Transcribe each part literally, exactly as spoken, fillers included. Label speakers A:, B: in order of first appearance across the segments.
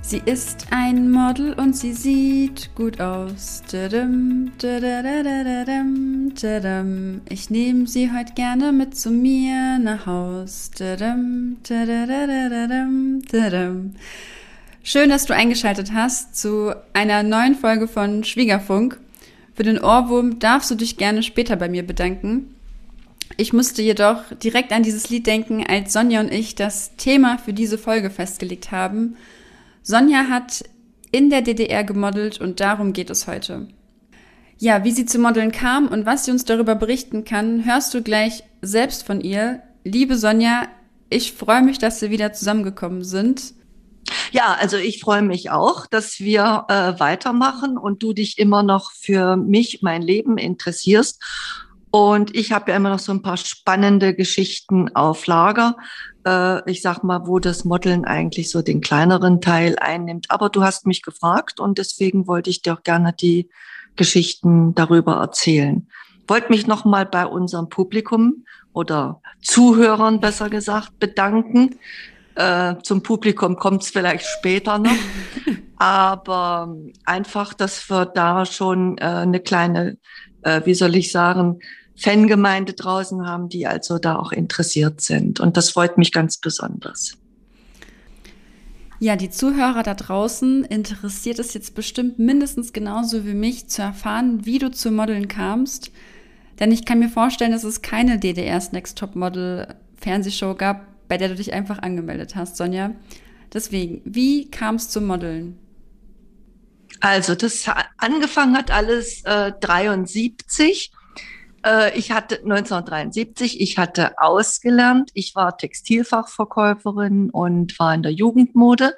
A: Sie ist ein Model und sie sieht gut aus. Tadam, tadadadadadam, tadam. Ich nehme sie heute gerne mit zu mir nach Haus. Tadam, tadadadadadam, tadam. Schön, dass du eingeschaltet hast zu einer neuen Folge von Schwiegerfunk. Für den Ohrwurm darfst du dich gerne später bei mir bedanken. Ich musste jedoch direkt an dieses Lied denken, als Sonja und ich das Thema für diese Folge festgelegt haben. Sonja hat in der D D R gemodelt und darum geht es heute. Ja, wie sie zu Modeln kam und was sie uns darüber berichten kann, hörst du gleich selbst von ihr. Liebe Sonja, ich freue mich, dass wir wieder zusammengekommen sind.
B: Ja, also ich freue mich auch, dass wir äh, weitermachen und du dich immer noch für mich, mein Leben interessierst. Und ich habe ja immer noch so ein paar spannende Geschichten auf Lager. Äh, ich sag mal, wo das Modeln eigentlich so den kleineren Teil einnimmt. Aber du hast mich gefragt und deswegen wollte ich dir auch gerne die Geschichten darüber erzählen. Wollte mich nochmal bei unserem Publikum oder Zuhörern besser gesagt bedanken. Äh, zum Publikum kommt es vielleicht später noch. Aber einfach, dass wir da schon äh, eine kleine, äh, wie soll ich sagen, Fangemeinde draußen haben, die also da auch interessiert sind. Und das freut mich ganz besonders.
A: Ja, die Zuhörer da draußen interessiert es jetzt bestimmt mindestens genauso wie mich zu erfahren, wie du zu Modeln kamst. Denn ich kann mir vorstellen, dass es keine D D R's Next Top Model Fernsehshow gab, bei der du dich einfach angemeldet hast, Sonja. Deswegen, wie kam es zum Modeln?
B: Also das angefangen hat alles äh, dreiundsiebzig. Äh, ich hatte neunzehnhundertdreiundsiebzig, ich hatte ausgelernt. Ich war Textilfachverkäuferin und war in der Jugendmode.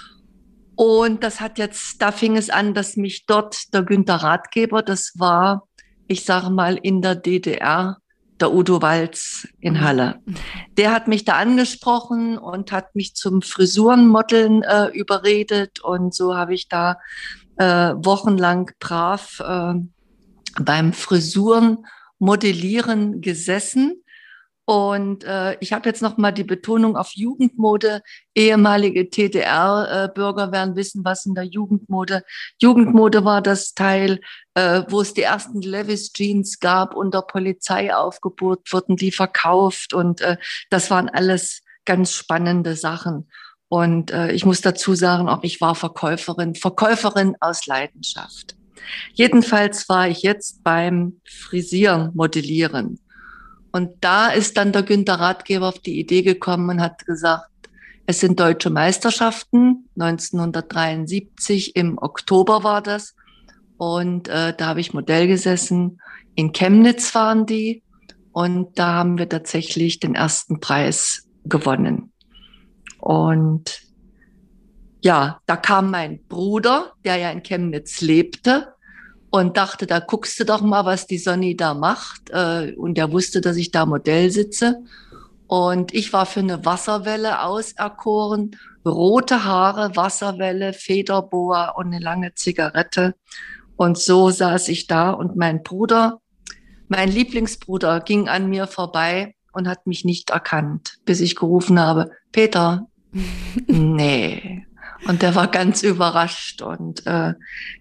B: Und das hat jetzt, da fing es an, dass mich dort der Günter Ratgeber, das war, ich sage mal, in der D D R, der Udo Walz in Halle. Der hat mich da angesprochen und hat mich zum Frisurenmodeln äh, überredet. Und so habe ich da äh, wochenlang brav äh, beim Frisurenmodellieren gesessen. Und äh, ich habe jetzt noch mal die Betonung auf Jugendmode. Ehemalige T D R-Bürger werden wissen, was in der Jugendmode. Jugendmode war das Teil, äh, wo es die ersten Levi's Jeans gab, unter Polizeiaufgebot wurden die verkauft. Und äh, das waren alles ganz spannende Sachen. Und äh, ich muss dazu sagen, auch ich war Verkäuferin, Verkäuferin aus Leidenschaft. Jedenfalls war ich jetzt beim Frisieren, Modellieren. Und da ist dann der Günter Ratgeber auf die Idee gekommen und hat gesagt, es sind deutsche Meisterschaften, neunzehnhundertdreiundsiebzig, im Oktober war das. Und äh, da habe ich Modell gesessen, in Chemnitz waren die. Und da haben wir tatsächlich den ersten Preis gewonnen. Und ja, da kam mein Bruder, der ja in Chemnitz lebte, und dachte, da guckst du doch mal, was die Sonny da macht. Und der wusste, dass ich da Modell sitze. Und ich war für eine Wasserwelle auserkoren. Rote Haare, Wasserwelle, Federboa und eine lange Zigarette. Und so saß ich da und mein Bruder, mein Lieblingsbruder, ging an mir vorbei und hat mich nicht erkannt, bis ich gerufen habe, Peter, nee. Und der war ganz überrascht und äh,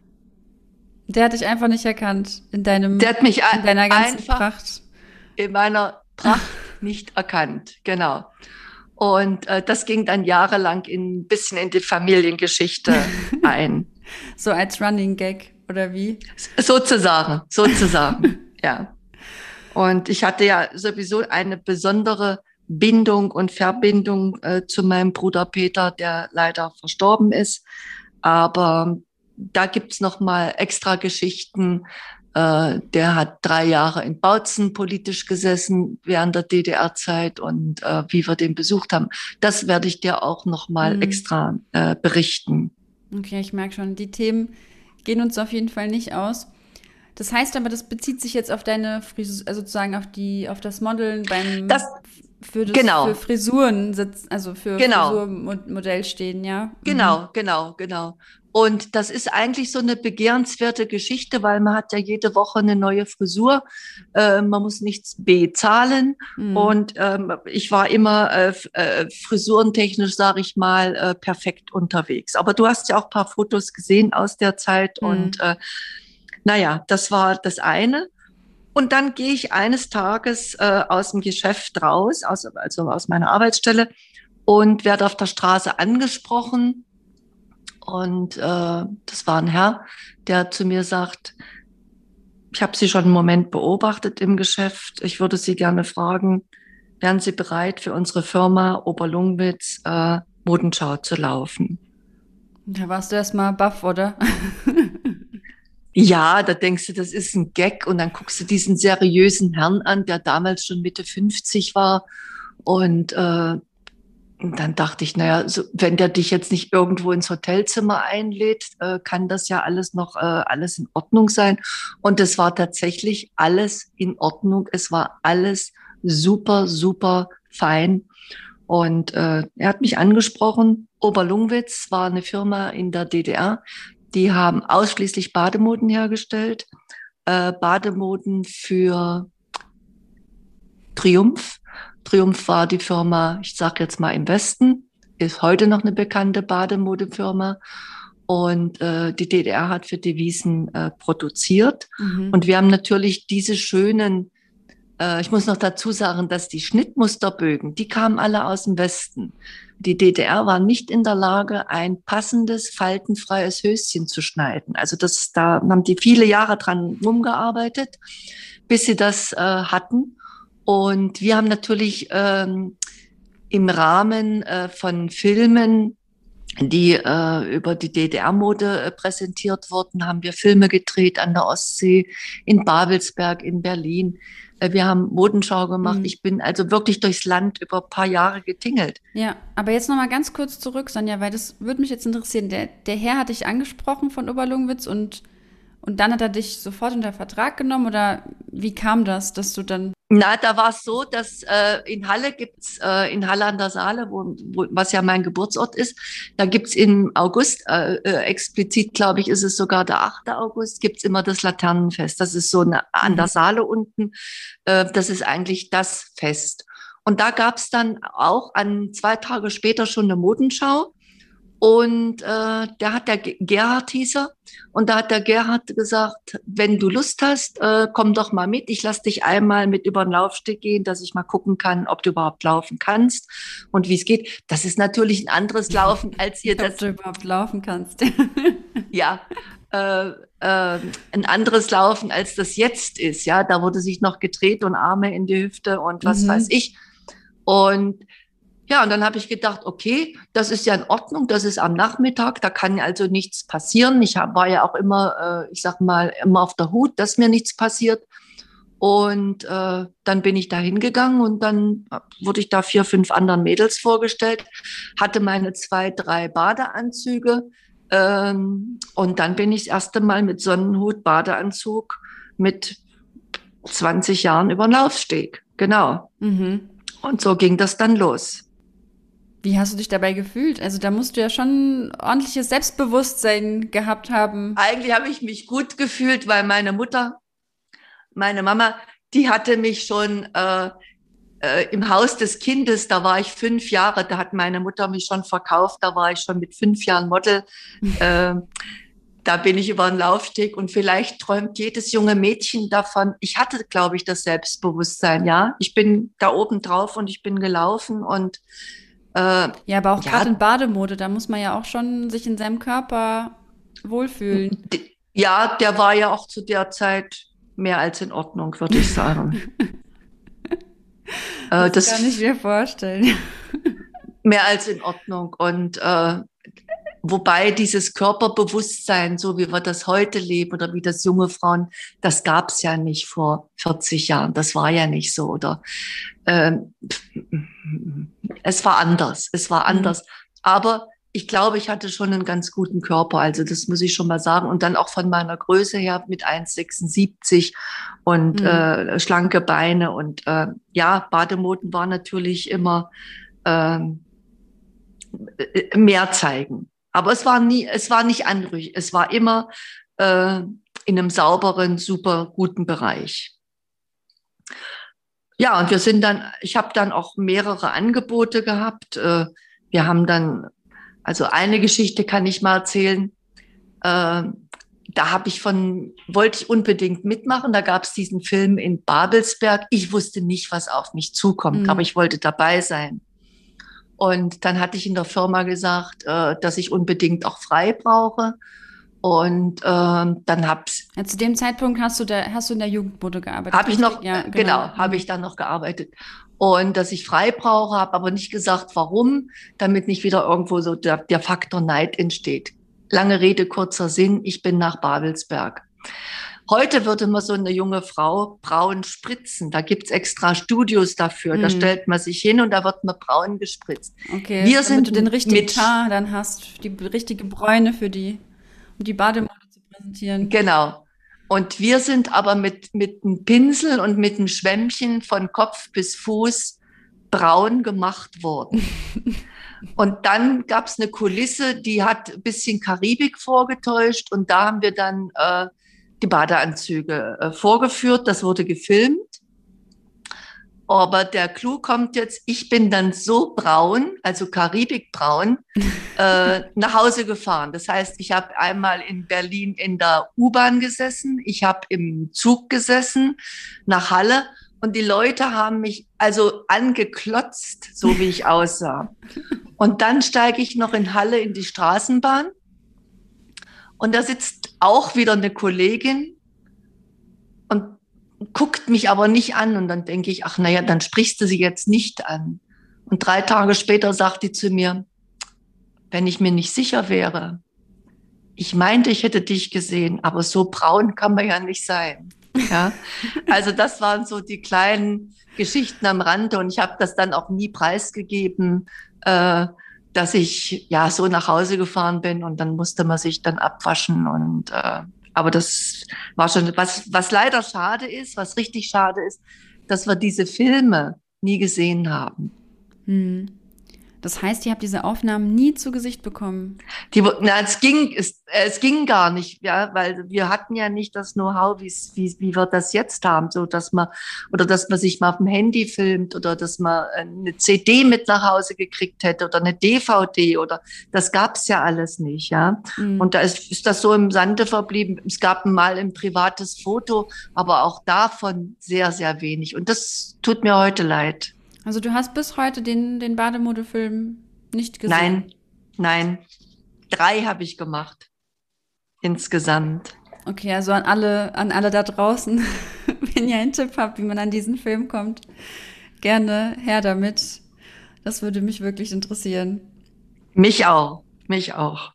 A: Der hat dich einfach nicht erkannt in deinem,
B: der hat mich
A: in deiner ganzen
B: einfach
A: Pracht.
B: in meiner Pracht nicht erkannt, genau. Und äh, das ging dann jahrelang in, ein bisschen in die Familiengeschichte ein.
A: So als Running Gag, oder wie?
B: Sozusagen, sozusagen, ja. Und ich hatte ja sowieso eine besondere Bindung und Verbindung äh, zu meinem Bruder Peter, der leider verstorben ist. Aber da gibt's noch mal extra Geschichten. Äh, der hat drei Jahre in Bautzen politisch gesessen während der D D R-Zeit und äh, wie wir den besucht haben, das werde ich dir auch noch mal mhm. extra äh, berichten.
A: Okay, ich merke schon, die Themen gehen uns auf jeden Fall nicht aus. Das heißt aber, das bezieht sich jetzt auf deine Frisur, also sozusagen auf die, auf das Modeln beim
B: das,
A: für das
B: genau.
A: für Frisuren sitzen, also für
B: genau.
A: Frisurmodell stehen, ja.
B: Genau, mhm. genau, genau. Und das ist eigentlich so eine begehrenswerte Geschichte, weil man hat ja jede Woche eine neue Frisur. Äh, man muss nichts bezahlen.
A: Mhm.
B: Und ähm, ich war immer äh, äh, frisurentechnisch, sage ich mal, äh, perfekt unterwegs. Aber du hast ja auch ein paar Fotos gesehen aus der Zeit.
A: Mhm.
B: Und äh, naja, das war das eine. Und dann gehe ich eines Tages äh, aus dem Geschäft raus, aus, also aus meiner Arbeitsstelle, und werde auf der Straße angesprochen. Und äh, das war ein Herr, der zu mir sagt, ich habe Sie schon einen Moment beobachtet im Geschäft. Ich würde Sie gerne fragen, wären Sie bereit, für unsere Firma Oberlungwitz äh, Modenschau zu laufen?
A: Da warst du erstmal baff, oder?
B: Ja, da denkst du, das ist ein Gag. Und dann guckst du diesen seriösen Herrn an, der damals schon Mitte fünfzig war. Und äh, Und dann dachte ich, naja, so, wenn der dich jetzt nicht irgendwo ins Hotelzimmer einlädt, äh, kann das ja alles noch äh, alles in Ordnung sein. Und es war tatsächlich alles in Ordnung. Es war alles super, super fein. Und äh, er hat mich angesprochen. Oberlungwitz war eine Firma in der D D R. Die haben ausschließlich Bademoden hergestellt. Äh, Bademoden für Triumph. Triumph war die Firma, ich sage jetzt mal im Westen, ist heute noch eine bekannte Bademodefirma. Und äh, die D D R hat für Devisen äh, produziert.
A: Mhm.
B: Und wir haben natürlich diese schönen, äh, ich muss noch dazu sagen, dass die Schnittmusterbögen, die kamen alle aus dem Westen. Die D D R war nicht in der Lage, ein passendes, faltenfreies Höschen zu schneiden. Also das, da haben die viele Jahre dran rumgearbeitet, bis sie das äh, hatten. Und wir haben natürlich ähm, im Rahmen äh, von Filmen, die äh, über die D D R-Mode äh, präsentiert wurden, haben wir Filme gedreht an der Ostsee, in Babelsberg, in Berlin. Äh, wir haben Modenschau gemacht.
A: Mhm.
B: Ich bin also wirklich durchs Land über ein paar Jahre getingelt.
A: Ja, aber jetzt noch mal ganz kurz zurück, Sonja, weil das würde mich jetzt interessieren. Der, der Herr hat dich angesprochen von Oberlungwitz und, und dann hat er dich sofort unter Vertrag genommen oder wie kam das, dass du dann...
B: Na, da war es so, dass äh, in Halle gibt's äh, in Halle an der Saale, wo, wo, was ja mein Geburtsort ist, da gibt's im August, äh, äh, explizit glaube ich, ist es sogar der achte August, gibt's immer das Laternenfest. Das ist so eine, an der Saale unten, äh, das ist eigentlich das Fest. Und da gab's dann auch an zwei Tage später schon eine Modenschau. Und äh, da hat der Gerhard hieß er, und da hat der Gerhard gesagt, wenn du Lust hast, äh, komm doch mal mit. Ich lass dich einmal mit über den Laufsteg gehen, dass ich mal gucken kann, ob du überhaupt laufen kannst und wie es geht. Das ist natürlich ein anderes Laufen, als ihr das...
A: Ob du überhaupt laufen kannst.
B: Ja, äh, äh, ein anderes Laufen, als das jetzt ist. Ja, da wurde sich noch gedreht und Arme in die Hüfte und was
A: Mhm.
B: weiß ich. Und ja, und dann habe ich gedacht, okay, das ist ja in Ordnung, das ist am Nachmittag, da kann also nichts passieren. Ich hab, war ja auch immer, äh, ich sag mal, immer auf der Hut, dass mir nichts passiert. Und äh, dann bin ich da hingegangen und dann wurde ich da vier, fünf anderen Mädels vorgestellt, hatte meine zwei, drei Badeanzüge. Ähm, und dann bin ich das erste Mal mit Sonnenhut, Badeanzug mit zwanzig Jahren über den Laufsteg. Genau.
A: Mhm.
B: Und so ging das dann los.
A: Wie hast du dich dabei gefühlt? Also da musst du ja schon ordentliches Selbstbewusstsein gehabt haben.
B: Eigentlich habe ich mich gut gefühlt, weil meine Mutter, meine Mama, die hatte mich schon äh, äh, im Haus des Kindes, da war ich fünf Jahre, da hat meine Mutter mich schon verkauft, da war ich schon mit fünf Jahren Model. Äh, da bin ich über den Laufsteg und vielleicht träumt jedes junge Mädchen davon. Ich hatte, glaube ich, das Selbstbewusstsein, ja. Ich bin da oben drauf und ich bin gelaufen und äh,
A: Ja, aber auch
B: ja,
A: gerade in Bademode, da muss man ja auch schon sich in seinem Körper wohlfühlen.
B: d- ja, der war ja auch zu der Zeit mehr als in Ordnung, würde ich sagen. Äh,
A: Das kann ich
B: das
A: mir vorstellen.
B: mehr als in Ordnung. Und äh, wobei dieses Körperbewusstsein, so wie wir das heute leben oder wie das junge Frauen, das gab es ja nicht vor vierzig Jahren. Das war ja nicht so. Oder ähm, es war anders. Es war
A: Mhm.
B: anders. Aber ich glaube, ich hatte schon einen ganz guten Körper. Also das muss ich schon mal sagen. Und dann auch von meiner Größe her mit eins Komma sechsundsiebzig und
A: Mhm.
B: äh, schlanke Beine. Und äh, ja, Bademoden war natürlich immer ähm, mehr zeigen. Aber es war nie, es war nicht anrüchig. Es war immer äh, in einem sauberen, super guten Bereich. Ja, und wir sind dann, ich habe dann auch mehrere Angebote gehabt. Äh, wir haben dann, also eine Geschichte kann ich mal erzählen. Äh, da habe ich von, wollte ich unbedingt mitmachen. Da gab es diesen Film in Babelsberg. Ich wusste nicht, was auf mich zukommt, mhm. aber ich wollte dabei sein. Und dann hatte ich in der Firma gesagt, äh, dass ich unbedingt auch frei brauche. Und äh, dann hab's.
A: Ja, zu dem Zeitpunkt hast du da, hast du in der Jugendmode gearbeitet?
B: Habe ich noch, ja, genau, genau mhm. habe ich dann noch gearbeitet. Und dass ich frei brauche, habe aber nicht gesagt, warum, damit nicht wieder irgendwo so der, der Faktor Neid entsteht. Lange Rede, kurzer Sinn, ich bin nach Babelsberg. Heute würde man so eine junge Frau braun spritzen. Da gibt's extra Studios dafür. Mhm. Da stellt man sich hin und da wird man braun gespritzt.
A: Okay, wir damit sind du den richtigen mit Tar dann hast, die richtige Bräune für die, um die Bademode zu präsentieren.
B: Genau. Und wir sind aber mit, mit einem Pinsel und mit einem Schwämmchen von Kopf bis Fuß braun gemacht worden. Und dann gab's eine Kulisse, die hat ein bisschen Karibik vorgetäuscht. Und da haben wir dann äh, die Badeanzüge äh, vorgeführt. Das wurde gefilmt. Aber der Clou kommt jetzt, ich bin dann so braun, also karibikbraun, äh, nach Hause gefahren. Das heißt, ich habe einmal in Berlin in der U-Bahn gesessen, ich habe im Zug gesessen nach Halle und die Leute haben mich also angeklotzt, so wie ich aussah. Und dann steige ich noch in Halle in die Straßenbahn und da sitzt auch wieder eine Kollegin und guckt mich aber nicht an. Und dann denke ich, ach naja, dann sprichst du sie jetzt nicht an. Und drei Tage später sagt die zu mir, wenn ich mir nicht sicher wäre, ich meinte, ich hätte dich gesehen, aber so braun kann man ja nicht sein. Ja, also das waren so die kleinen Geschichten am Rande. Und ich habe das dann auch nie preisgegeben, äh, dass ich ja so nach Hause gefahren bin und dann musste man sich dann abwaschen und äh, aber das war schon, was, was leider schade ist, was richtig schade ist, dass wir diese Filme nie gesehen haben.
A: Hm. Das heißt, ihr habt diese Aufnahmen nie zu Gesicht bekommen?
B: Die, na, es ging, es, es ging gar nicht, ja, weil wir hatten ja nicht das Know-how, wie, wie wir das jetzt haben, so dass man, oder dass man sich mal auf dem Handy filmt oder dass man eine C D mit nach Hause gekriegt hätte oder eine D V D oder, das gab's ja alles nicht, ja. Mhm. Und da ist, ist das so im Sande verblieben. Es gab mal ein privates Foto, aber auch davon sehr, sehr wenig. Und das tut mir heute leid.
A: Also du hast bis heute den, den Bademodefilm nicht gesehen?
B: Nein, nein. Drei habe ich gemacht. Insgesamt.
A: Okay, also an alle, an alle da draußen, wenn ihr einen Tipp habt, wie man an diesen Film kommt, gerne her damit. Das würde mich wirklich interessieren.
B: Mich auch, mich auch.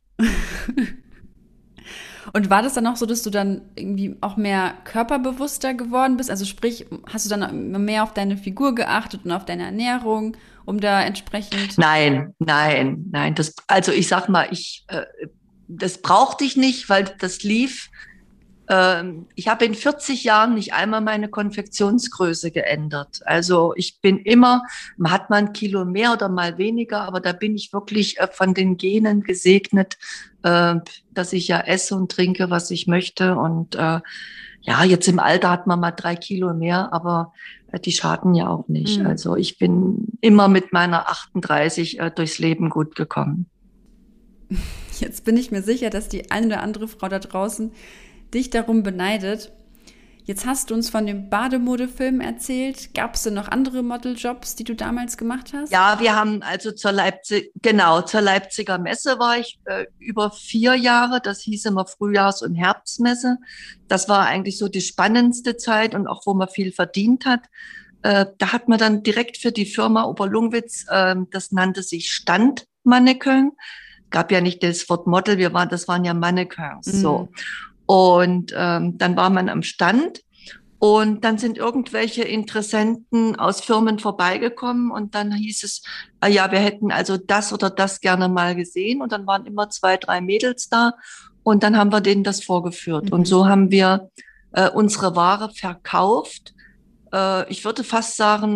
A: Und war das dann auch so, dass du dann irgendwie auch mehr körperbewusster geworden bist? Also sprich, hast du dann mehr auf deine Figur geachtet und auf deine Ernährung, um da entsprechend...
B: Nein, nein, nein. Das, also ich sag mal, ich, äh, das brauchte ich nicht, weil das lief. Ähm, ich habe in vierzig Jahren nicht einmal meine Konfektionsgröße geändert. Also ich bin immer, man hat mal ein Kilo mehr oder mal weniger, aber da bin ich wirklich äh, von den Genen gesegnet, äh, dass ich ja esse und trinke, was ich möchte. Und äh, ja, jetzt im Alter hat man mal drei Kilo mehr, aber äh, die schaden ja auch nicht. Mhm. Also ich bin immer mit meiner achtunddreißig äh, durchs Leben gut gekommen.
A: Jetzt bin ich mir sicher, dass die eine oder andere Frau da draußen dich darum beneidet. Jetzt hast du uns von dem Bademodefilm erzählt. Gab es denn noch andere Modeljobs, die du damals gemacht hast?
B: Ja, wir haben also zur Leipzig, genau, zur Leipziger Messe war ich äh, über vier Jahre. Das hieß immer Frühjahrs- und Herbstmesse. Das war eigentlich so die spannendste Zeit und auch wo man viel verdient hat. Äh, da hat man dann direkt für die Firma Oberlungwitz, äh, das nannte sich Standmannequin. Gab ja nicht das Wort Model, wir waren, das waren ja Mannequins, mhm. so. Und ähm, dann war man am Stand und dann sind irgendwelche Interessenten aus Firmen vorbeigekommen und dann hieß es, ah ja, wir hätten also das oder das gerne mal gesehen und dann waren immer zwei, drei Mädels da und dann haben wir denen das vorgeführt. Mhm. Und so haben wir äh, unsere Ware verkauft. Äh, ich würde fast sagen,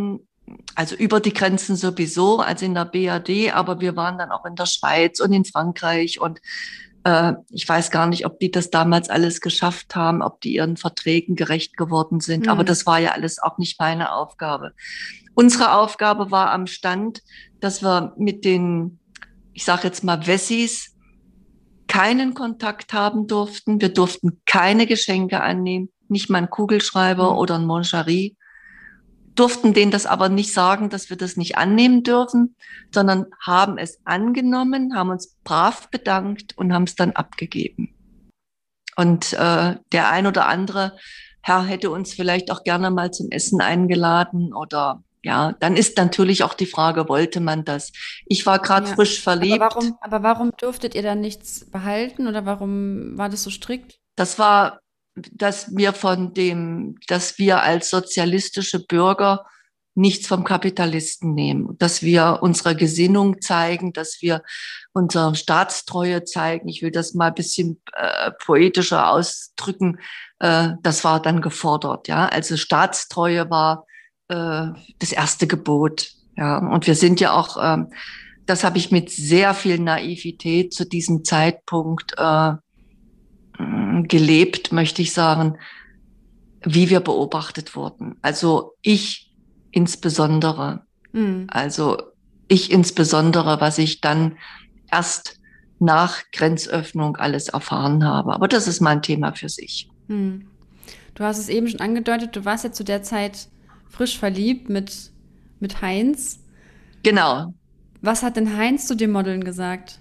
B: also über die Grenzen sowieso, also in der B R D, aber wir waren dann auch in der Schweiz und in Frankreich und äh, ich weiß gar nicht, ob die das damals alles geschafft haben, ob die ihren Verträgen gerecht geworden sind,
A: Hm.
B: aber das war ja alles auch nicht meine Aufgabe. Unsere Aufgabe war am Stand, dass wir mit den, ich sage jetzt mal Wessis, keinen Kontakt haben durften. Wir durften keine Geschenke annehmen, nicht mal einen Kugelschreiber
A: Hm.
B: oder ein Moncherie. Durften denen das aber nicht sagen, dass wir das nicht annehmen dürfen, sondern haben es angenommen, haben uns brav bedankt und haben es dann abgegeben. Und äh, der ein oder andere Herr hätte uns vielleicht auch gerne mal zum Essen eingeladen oder ja, dann ist natürlich auch die Frage, wollte man das? Ich war gerade
A: Ja.
B: frisch verliebt.
A: Aber warum, aber warum durftet ihr dann nichts behalten oder warum war das so strikt?
B: Das war, dass wir von dem, dass wir als sozialistische Bürger nichts vom Kapitalisten nehmen, dass wir unsere Gesinnung zeigen, dass wir unsere Staatstreue zeigen. Ich will das mal ein bisschen äh, poetischer ausdrücken. Äh, das war dann gefordert, ja. Also Staatstreue war äh, das erste Gebot, ja. Und wir sind ja auch, äh, das habe ich mit sehr viel Naivität zu diesem Zeitpunkt äh, gelebt, möchte ich sagen, wie wir beobachtet wurden. Also ich insbesondere,
A: Hm.
B: also ich insbesondere, was ich dann erst nach Grenzöffnung alles erfahren habe. Aber das ist mein Thema für sich.
A: Hm. Du hast es eben schon angedeutet, du warst ja zu der Zeit frisch verliebt mit, mit Heinz.
B: Genau.
A: Was hat denn Heinz zu dem Modeln gesagt?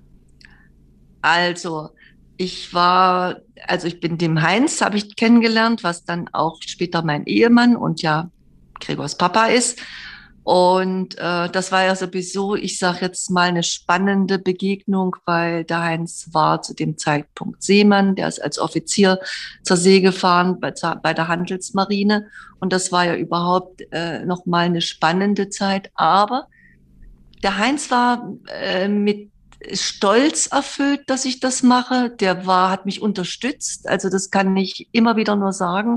B: Also ich war, also ich bin dem Heinz, habe ich kennengelernt, was dann auch später mein Ehemann und ja Gregors Papa ist. Und äh, das war ja sowieso, ich sage jetzt mal, eine spannende Begegnung, weil der Heinz war zu dem Zeitpunkt Seemann, der ist als Offizier zur See gefahren bei, bei der Handelsmarine. Und das war ja überhaupt äh, nochmal eine spannende Zeit. Aber der Heinz war äh, mit Stolz erfüllt, dass ich das mache. Der war, hat mich unterstützt. Also das kann ich immer wieder nur sagen.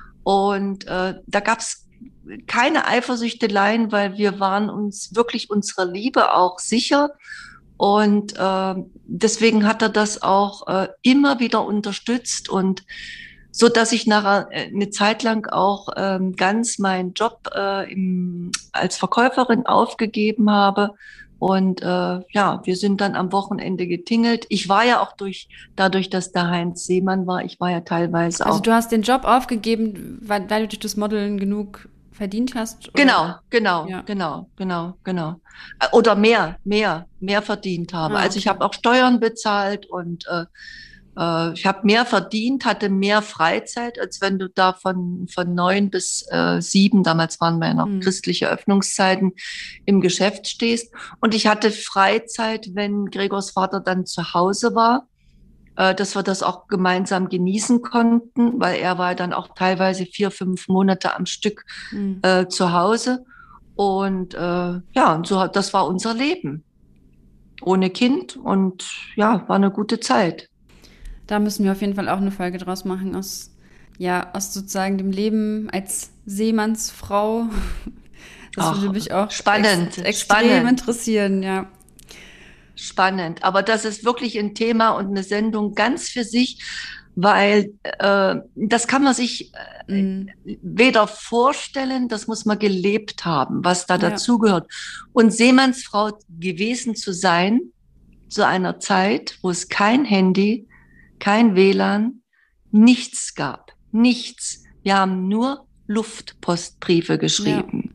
B: Und äh, da gab's keine Eifersüchteleien, weil wir waren uns wirklich unserer Liebe auch sicher. Und äh, deswegen hat er das auch äh, immer wieder unterstützt und so, dass ich nachher eine Zeit lang auch ähm, ganz meinen Job äh, im, als Verkäuferin aufgegeben habe. Und äh, ja, wir sind dann am Wochenende getingelt. Ich war ja auch durch, dadurch, dass der Heinz Seemann war, ich war ja teilweise
A: Also
B: auch.
A: du hast den Job aufgegeben, weil, weil du durch das Modeln genug verdient hast? Oder?
B: Genau, genau,
A: Ja.
B: genau, genau, genau. Oder mehr, mehr, mehr verdient habe.
A: Ah,
B: Also ich
A: okay.
B: habe auch Steuern bezahlt und äh, äh, ich habe mehr verdient, hatte mehr Freizeit, als wenn du da von, von neun bis äh, sieben, damals waren wir ja noch
A: Hm.
B: christliche Öffnungszeiten, im Geschäft stehst. Und ich hatte Freizeit, wenn Gregors Vater dann zu Hause war, äh, dass wir das auch gemeinsam genießen konnten, weil er war dann auch teilweise vier, fünf Monate am Stück
A: Hm.
B: äh, zu Hause. Und äh, ja, und so, das war unser Leben. Ohne Kind und ja, war eine gute Zeit.
A: Da müssen wir auf jeden Fall auch eine Folge draus machen aus, ja, aus sozusagen dem Leben als Seemannsfrau. Das
B: Ach,
A: würde mich auch
B: spannend,
A: ex extrem
B: spannend.
A: interessieren, ja.
B: Spannend. Aber das ist wirklich ein Thema und eine Sendung ganz für sich, weil äh, das kann man sich äh,
A: Mm.
B: weder vorstellen, das muss man gelebt haben, was da
A: Ja.
B: dazugehört. Und Seemannsfrau gewesen zu sein, zu einer Zeit, wo es kein Handy, kein W L A N, nichts gab. Nichts. Wir haben nur Luftpostbriefe geschrieben.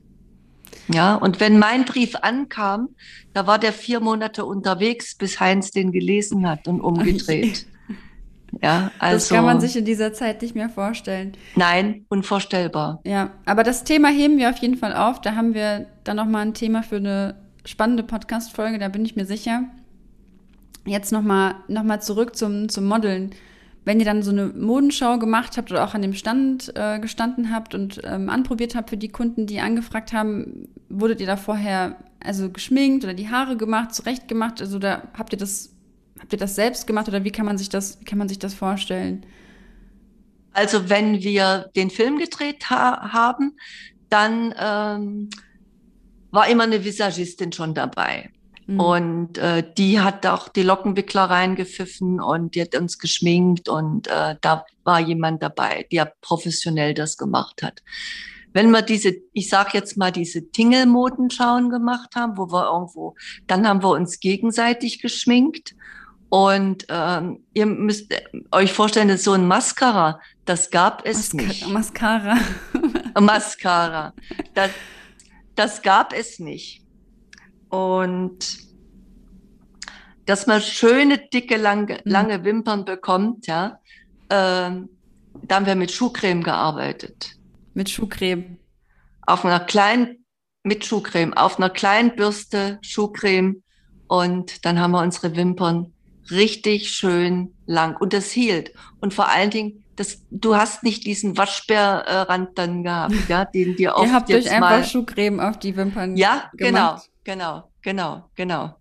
B: Ja, und wenn mein Brief ankam, da war der vier Monate unterwegs, bis Heinz den gelesen hat und umgedreht. Ja, also.
A: Das kann man sich in dieser Zeit nicht mehr vorstellen.
B: Nein, unvorstellbar.
A: Ja, aber das Thema heben wir auf jeden Fall auf. Da haben wir dann nochmal ein Thema für eine spannende Podcast-Folge, da bin ich mir sicher. Jetzt nochmal noch mal zurück zum, zum Modeln. Wenn ihr dann so eine Modenschau gemacht habt oder auch an dem Stand äh, gestanden habt und ähm, anprobiert habt für die Kunden, die angefragt haben, wurdet ihr da vorher also geschminkt oder die Haare gemacht, zurecht gemacht? Also da habt ihr das, habt ihr das selbst gemacht oder wie kann man sich das, wie kann man sich das vorstellen?
B: Also wenn wir den Film gedreht ha- haben, dann ähm, war immer eine Visagistin schon dabei.
A: Mhm.
B: Und äh, die hat auch die Lockenwickler reingepfiffen und die hat uns geschminkt und äh, da war jemand dabei, der professionell das gemacht hat. Wenn wir diese, ich sag jetzt mal, diese Tingelmodenschauen gemacht haben, wo wir irgendwo, dann haben wir uns gegenseitig geschminkt. Und ähm, ihr müsst euch vorstellen, dass so ein Mascara, das gab es
A: Masca
B: nicht.
A: Mascara.
B: Mascara, das, das gab es nicht. Und dass man schöne, dicke, lange, lange Wimpern bekommt, ja, ähm, da haben wir mit Schuhcreme gearbeitet.
A: Mit Schuhcreme.
B: Auf einer kleinen, mit Schuhcreme, auf einer kleinen Bürste Schuhcreme. Und dann haben wir unsere Wimpern richtig schön lang. Und das hielt. Und vor allen Dingen, das, du hast nicht diesen Waschbärrand dann gehabt, ja, den dir oft
A: Ihr habt
B: jetzt
A: euch einfach
B: mal
A: Schuhcreme auf die Wimpern
B: ja,
A: gemacht.
B: genau, genau, genau, genau.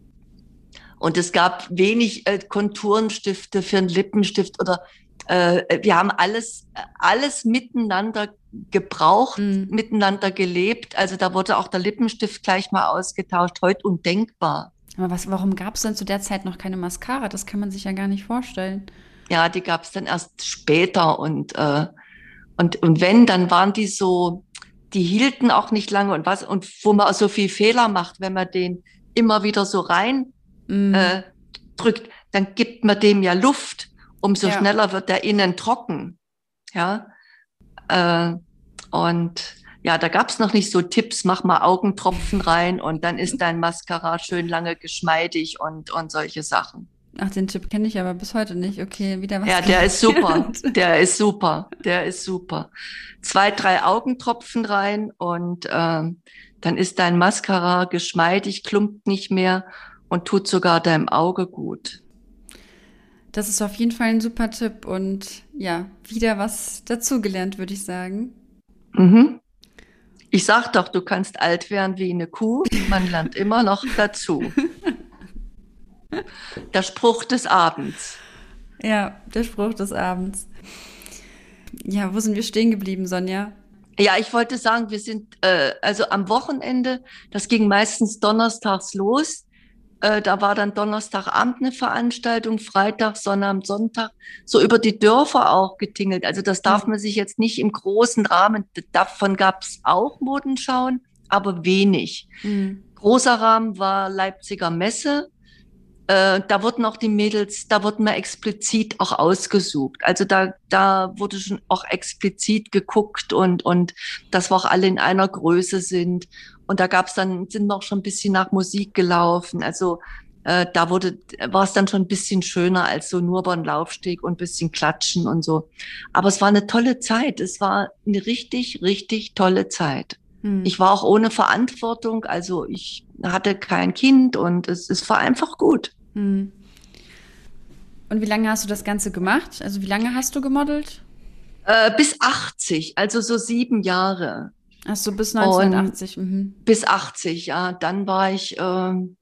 B: Und es gab wenig äh, Konturenstifte für einen Lippenstift oder äh, wir haben alles, alles miteinander gebraucht,
A: Mm.
B: miteinander gelebt. Also da wurde auch der Lippenstift gleich mal ausgetauscht. Heute undenkbar.
A: Aber was, warum gab es denn zu der Zeit noch keine Mascara? Das kann man sich ja gar nicht vorstellen.
B: Ja, die gab es dann erst später und äh, und und wenn, dann waren die so, die hielten auch nicht lange und was und wo man auch so viel Fehler macht, wenn man den immer wieder so rein
A: Mm.
B: äh, drückt, dann gibt man dem ja Luft, umso
A: Ja.
B: schneller wird der innen trocken. Ja, äh, und ja, da gab's noch nicht so Tipps, mach mal Augentropfen rein und dann ist dein Mascara schön lange geschmeidig und, und solche Sachen.
A: Ach, den Tipp kenne ich aber bis heute nicht. Okay, wieder was
B: Ja, der ist super,
A: gelernt.
B: der ist super, der ist super. Zwei, drei Augentropfen rein und ähm, dann ist dein Mascara geschmeidig, klumpt nicht mehr und tut sogar deinem Auge gut.
A: Das ist auf jeden Fall ein super Tipp und ja, wieder was dazugelernt, würde ich sagen.
B: Mhm. Ich sag doch, du kannst alt werden wie eine Kuh, man lernt immer noch dazu. Der Spruch des Abends.
A: Ja, der Spruch des Abends. Ja, wo sind wir stehen geblieben, Sonja?
B: Ja, ich wollte sagen, wir sind äh, also am Wochenende, das ging meistens donnerstags los. Äh, da war dann Donnerstagabend eine Veranstaltung, Freitag, Sonnabend, Sonntag, so über die Dörfer auch getingelt. Also das darf man sich jetzt nicht im großen Rahmen, davon gab es auch Modenschauen, aber wenig.
A: Mhm.
B: Großer Rahmen war Leipziger Messe. Äh, da wurden auch die Mädels, da wurden wir explizit auch ausgesucht. Also da, da wurde schon auch explizit geguckt und, und dass wir auch alle in einer Größe sind. Und da gab's dann, sind wir auch schon ein bisschen nach Musik gelaufen. Also äh, da wurde, war es dann schon ein bisschen schöner als so nur über den Laufsteg und ein bisschen klatschen und so. Aber es war eine tolle Zeit. Es war eine richtig, richtig tolle Zeit.
A: Mhm.
B: Ich war auch ohne Verantwortung, also ich hatte kein Kind und es, es war einfach gut.
A: Mhm. Und wie lange hast du das Ganze gemacht? Also wie lange hast du gemodelt?
B: Äh, bis achtzig, also so sieben Jahre.
A: Ach so, bis
B: Und
A: neunzehnhundertachtzig. Mhm.
B: bis achtzig, ja. Dann war ich ähm,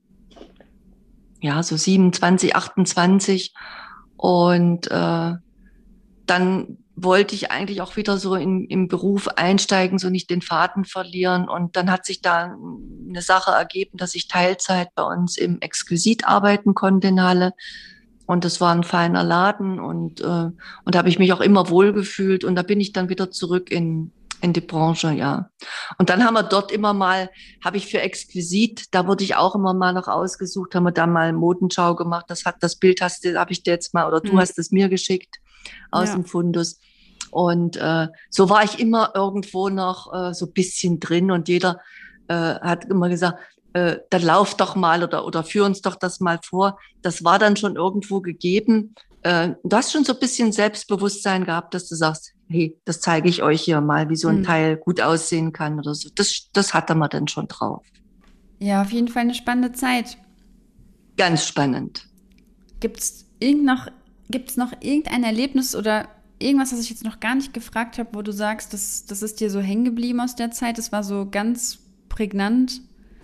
B: ja so siebenundzwanzig, achtundzwanzig und äh, dann wollte ich eigentlich auch wieder so in, im Beruf einsteigen, so nicht den Faden verlieren. Und dann hat sich da eine Sache ergeben, dass ich Teilzeit bei uns im Exquisit arbeiten konnte in Halle. Und das war ein feiner Laden und, äh, und da habe ich mich auch immer wohlgefühlt. Und da bin ich dann wieder zurück in, in die Branche, ja. Und dann haben wir dort immer mal, habe ich für Exquisit, da wurde ich auch immer mal noch ausgesucht, haben wir da mal Modenschau gemacht. Das hat, das Bild hast du, habe ich dir jetzt mal, oder du
A: Mhm.
B: hast es mir geschickt aus
A: Ja.
B: dem Fundus. Und äh, so war ich immer irgendwo noch äh, so ein bisschen drin und jeder äh, hat immer gesagt, äh, dann lauf doch mal oder, oder führ uns doch das mal vor. Das war dann schon irgendwo gegeben. Äh, du hast schon so ein bisschen Selbstbewusstsein gehabt, dass du sagst, hey, das zeige ich euch hier mal, wie so ein
A: Mhm.
B: Irgend Teil gut aussehen kann oder so. Das, das hatte man dann schon drauf.
A: Ja, auf jeden Fall eine spannende Zeit.
B: Ganz spannend.
A: Gibt's irgend noch, gibt's noch irgendein Erlebnis oder irgendwas, was ich jetzt noch gar nicht gefragt habe, wo du sagst, das, das ist dir so hängen geblieben aus der Zeit? Das war so ganz prägnant.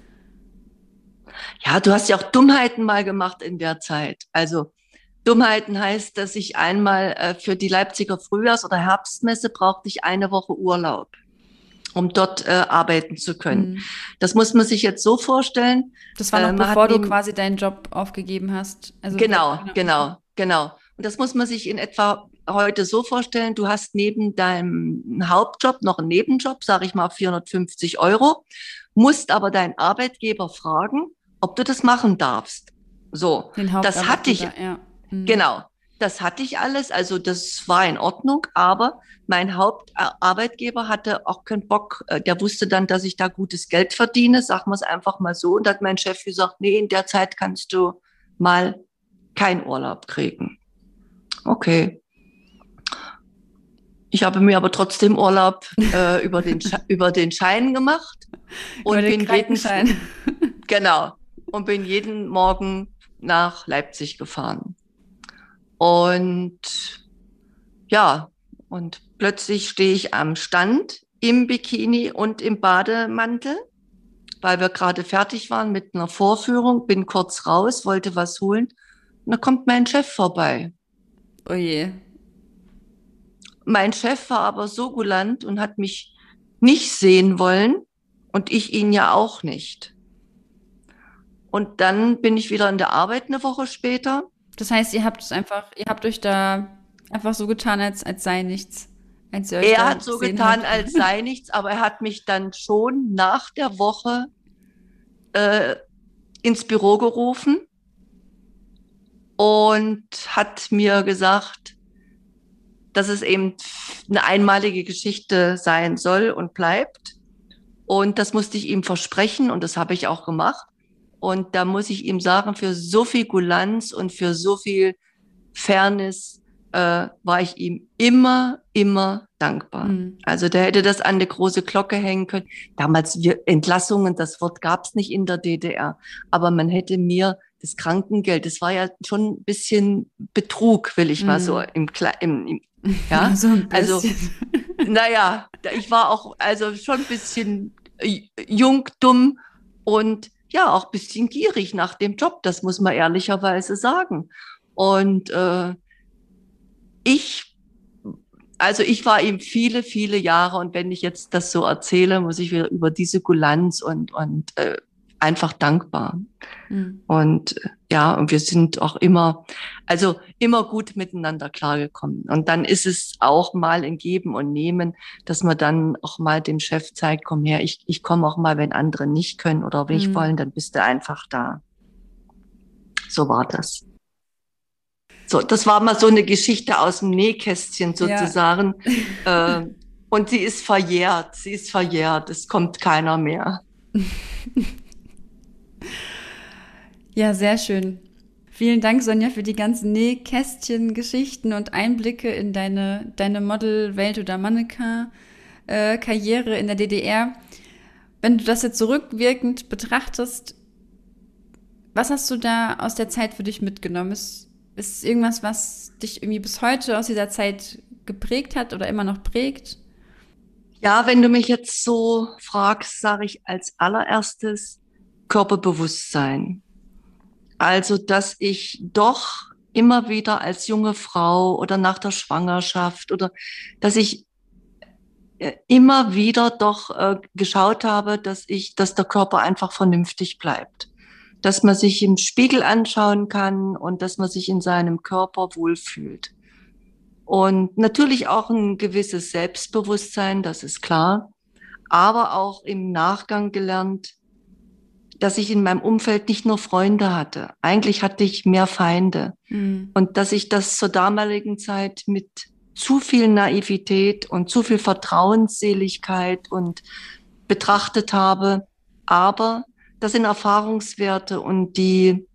B: Ja, du hast ja auch Dummheiten mal gemacht in der Zeit. Also Dummheiten heißt, dass ich einmal äh, für die Leipziger Frühjahrs- oder Herbstmesse brauchte ich eine Woche Urlaub. um dort äh, arbeiten zu können.
A: Mhm.
B: Das muss man sich jetzt so vorstellen.
A: Das war noch
B: äh, man
A: bevor
B: hat
A: du
B: neben,
A: quasi deinen Job aufgegeben hast. Also we-
B: genau,
A: genau.
B: genau, genau. Und das muss man sich in etwa heute so vorstellen. Du hast neben deinem Hauptjob noch einen Nebenjob, sage ich mal vierhundertfünfzig Euro, musst aber deinen Arbeitgeber fragen, ob du das machen darfst. So,
A: Den
B: das hatte ich,
A: Hauptarbeitgeber, ja. Mhm.
B: genau, das hatte ich alles. Also das war in Ordnung, aber mein Hauptarbeitgeber hatte auch keinen Bock. äh, Der wusste dann, dass ich da gutes Geld verdiene, sagen wir es einfach mal so. Und da hat mein Chef gesagt, nee, in der Zeit kannst du mal keinen Urlaub kriegen. Okay. Ich habe mir aber trotzdem Urlaub äh, über den Sche- über den Schein gemacht
A: Über
B: und
A: den
B: bin jeden Fr-
A: Krankenschein.
B: genau und bin jeden Morgen nach Leipzig gefahren. Und ja, und plötzlich stehe ich am Stand im Bikini und im Bademantel, weil wir gerade fertig waren mit einer Vorführung, bin kurz raus, wollte was holen. Und da kommt mein Chef vorbei.
A: Oh je.
B: Mein Chef war aber so kulant und hat mich nicht sehen wollen und ich ihn ja auch nicht. Und dann bin ich wieder in der Arbeit eine Woche später.
A: Das heißt, ihr habt es einfach, ihr habt euch da einfach so getan, als, als sei nichts, als ihr euch
B: Er
A: da
B: hat so
A: gesehen
B: getan,
A: habt.
B: als sei nichts, aber er hat mich dann schon nach der Woche äh, ins Büro gerufen und hat mir gesagt, dass es eben eine einmalige Geschichte sein soll und bleibt. Und das musste ich ihm versprechen und das habe ich auch gemacht. Und da muss ich ihm sagen, für so viel Kulanz und für so viel Fairness äh, war ich ihm immer, immer dankbar.
A: Hm.
B: Also der hätte das an eine große Glocke hängen können. Damals, wir, Entlassungen, das Wort gab es nicht in der D D R. Aber man hätte mir das Krankengeld, das war ja schon ein bisschen Betrug, will ich mal so
A: Hm.
B: im, Kle- im, im
A: Ja,
B: ja,
A: so ein
B: also
A: bisschen.
B: naja, ich war auch also schon ein bisschen äh, jung, dumm und ja, auch ein bisschen gierig nach dem Job, das muss man ehrlicherweise sagen. Und äh, ich, also ich war ihm viele, viele Jahre und wenn ich jetzt das so erzähle, muss ich wieder über diese Kulanz und, und äh, einfach dankbar.
A: Hm.
B: Und äh, ja, und wir sind auch immer, also immer gut miteinander klargekommen. Und dann ist es auch mal ein Geben und Nehmen, dass man dann auch mal dem Chef zeigt, komm her, ich, ich komme auch mal, wenn andere nicht können oder nicht
A: Hm.
B: wollen, dann bist du einfach da. So war das. So, das war mal so eine Geschichte aus dem Nähkästchen
A: Ja.
B: sozusagen. Äh, und sie ist verjährt, sie ist verjährt, es kommt keiner mehr.
A: Ja, sehr schön. Vielen Dank, Sonja, für die ganzen Nähkästchen, Geschichten und Einblicke in deine, deine Model-Welt oder Mannequin-Karriere in der D D R. Wenn du das jetzt zurückwirkend betrachtest, was hast du da aus der Zeit für dich mitgenommen? Ist, ist irgendwas, was dich irgendwie bis heute aus dieser Zeit geprägt hat oder immer noch prägt?
B: Ja, wenn du mich jetzt so fragst, sage ich als allererstes Körperbewusstsein. Also, dass ich doch immer wieder als junge Frau oder nach der Schwangerschaft oder dass ich äh, immer wieder doch äh, geschaut habe, dass ich, dass der Körper einfach vernünftig bleibt. Dass man sich im Spiegel anschauen kann und dass man sich in seinem Körper wohlfühlt. Und natürlich auch ein gewisses Selbstbewusstsein, das ist klar, aber auch im Nachgang gelernt, dass ich in meinem Umfeld nicht nur Freunde hatte. Eigentlich hatte ich mehr Feinde.
A: Hm.
B: Und dass ich das zur damaligen Zeit mit zu viel Naivität und zu viel Vertrauensseligkeit und betrachtet habe. Aber das sind Erfahrungswerte und die,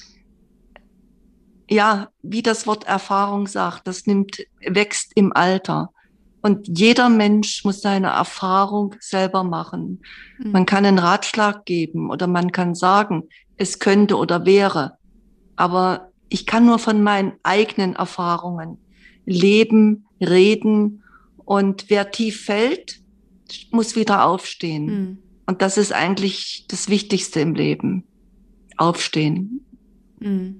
B: ja, wie das Wort Erfahrung sagt, das nimmt, wächst im Alter. Und jeder Mensch muss seine Erfahrung selber machen.
A: Hm.
B: Man kann einen Ratschlag geben oder man kann sagen, es könnte oder wäre. Aber ich kann nur von meinen eigenen Erfahrungen leben, reden. Und wer tief fällt, muss wieder aufstehen.
A: Hm.
B: Und das ist eigentlich das Wichtigste im Leben. Aufstehen.
A: Hm.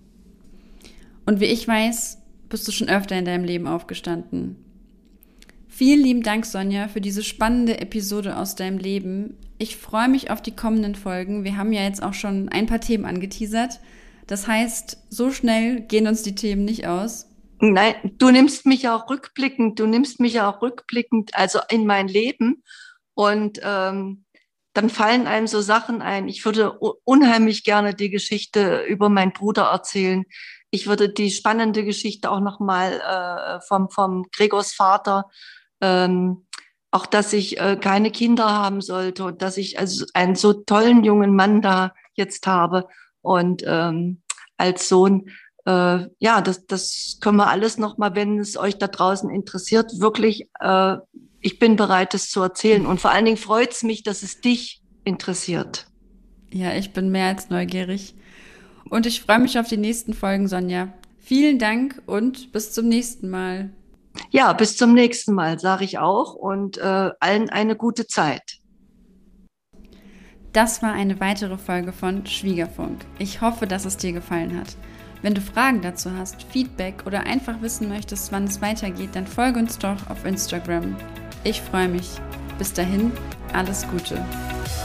A: Und wie ich weiß, bist du schon öfter in deinem Leben aufgestanden. Vielen lieben Dank, Sonja, für diese spannende Episode aus deinem Leben. Ich freue mich auf die kommenden Folgen. Wir haben ja jetzt auch schon ein paar Themen angeteasert. Das heißt, so schnell gehen uns die Themen nicht aus.
B: Nein, du nimmst mich ja auch rückblickend, du nimmst mich ja auch rückblickend, also in mein Leben. Und ähm, dann fallen einem so Sachen ein. Ich würde unheimlich gerne die Geschichte über meinen Bruder erzählen. Ich würde die spannende Geschichte auch nochmal äh, vom, vom Gregors Vater, ähm, auch dass ich äh, keine Kinder haben sollte und dass ich also einen so tollen jungen Mann da jetzt habe und ähm, als Sohn. Äh, ja, das, das können wir alles nochmal, wenn es euch da draußen interessiert, wirklich, äh, ich bin bereit, das zu erzählen. Und vor allen Dingen freut es mich, dass es dich interessiert.
A: Ja, ich bin mehr als neugierig. Und ich freue mich auf die nächsten Folgen, Sonja. Vielen Dank und bis zum nächsten Mal.
B: Ja, bis zum nächsten Mal, sage ich auch. Und äh, allen eine gute Zeit.
A: Das war eine weitere Folge von Schwiegerfunk. Ich hoffe, dass es dir gefallen hat. Wenn du Fragen dazu hast, Feedback oder einfach wissen möchtest, wann es weitergeht, dann folge uns doch auf Instagram. Ich freue mich. Bis dahin, alles Gute.